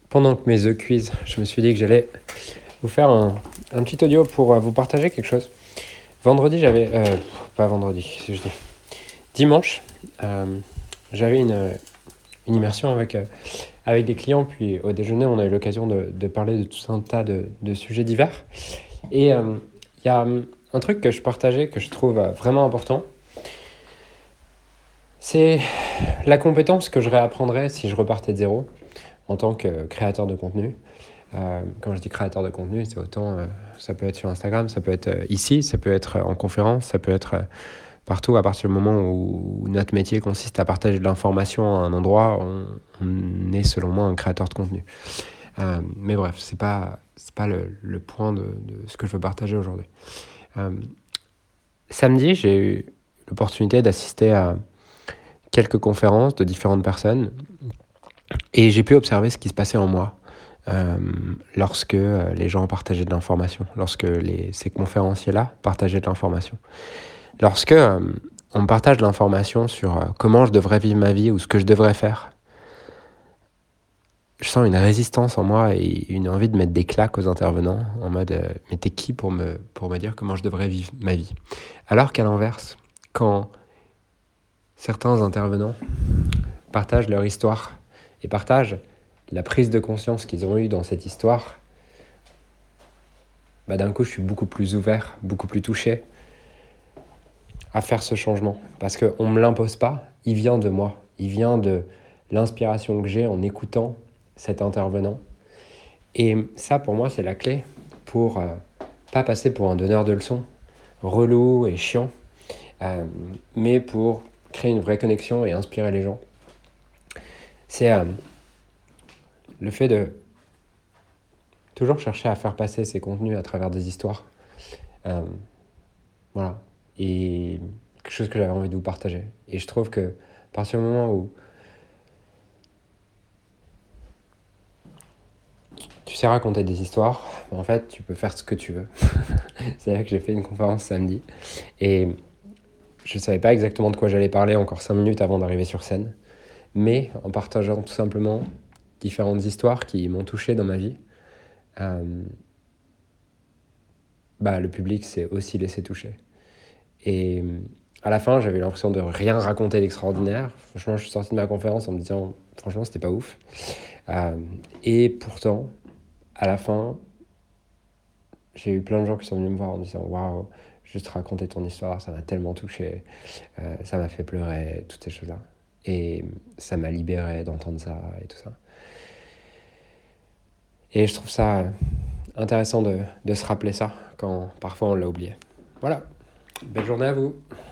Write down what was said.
pendant que mes œufs cuisent, je me suis dit que j'allais vous faire un petit audio pour vous partager quelque chose. Vendredi, pas vendredi, si je dis. Dimanche, j'avais une immersion avec des clients, puis au déjeuner, on a eu l'occasion de parler de tout un tas de sujets divers. Et il y a un truc que je partageais, que je trouve vraiment important, c'est la compétence que je réapprendrais si je repartais de zéro en tant que créateur de contenu. Quand je dis créateur de contenu, c'est autant, ça peut être sur Instagram, ça peut être ici, ça peut être en conférence, ça peut être partout à partir du moment où notre métier consiste à partager de l'information à un endroit, on est selon moi un créateur de contenu. Mais bref, c'est pas le point de ce que je veux partager aujourd'hui. Samedi, j'ai eu l'opportunité d'assister à quelques conférences de différentes personnes et j'ai pu observer ce qui se passait en moi. Lorsque les gens partageaient de l'information, lorsque ces conférenciers-là partageaient de l'information. Lorsque on me partage de l'information sur comment je devrais vivre ma vie ou ce que je devrais faire, je sens une résistance en moi et une envie de mettre des claques aux intervenants en mode mais t'es qui pour me dire comment je devrais vivre ma vie. Alors qu'à l'inverse, quand certains intervenants partagent leur histoire et partagent la prise de conscience qu'ils ont eue dans cette histoire, d'un coup, je suis beaucoup plus ouvert, beaucoup plus touché à faire ce changement. Parce qu'on ne me l'impose pas, il vient de moi. Il vient de l'inspiration que j'ai en écoutant cet intervenant. Et ça, pour moi, c'est la clé pour pas passer pour un donneur de leçons relou et chiant, mais pour créer une vraie connexion et inspirer les gens. C'est le fait de toujours chercher à faire passer ces contenus à travers des histoires. Voilà. Et quelque chose que j'avais envie de vous partager. Et je trouve que à partir du moment où tu sais raconter des histoires, en fait, tu peux faire ce que tu veux. C'est-à-dire que j'ai fait une conférence samedi et je ne savais pas exactement de quoi j'allais parler encore 5 minutes avant d'arriver sur scène. Mais en partageant tout simplement différentes histoires qui m'ont touché dans ma vie, le public s'est aussi laissé toucher. Et à la fin, j'avais l'impression de rien raconter d'extraordinaire. Franchement, je suis sorti de ma conférence en me disant, franchement, c'était pas ouf. Et pourtant, à la fin, j'ai eu plein de gens qui sont venus me voir en disant, waouh, juste raconter ton histoire, ça m'a tellement touché, ça m'a fait pleurer, toutes ces choses-là. Et ça m'a libéré d'entendre ça et tout ça. Et je trouve ça intéressant de se rappeler ça quand parfois on l'a oublié. Voilà, belle journée à vous.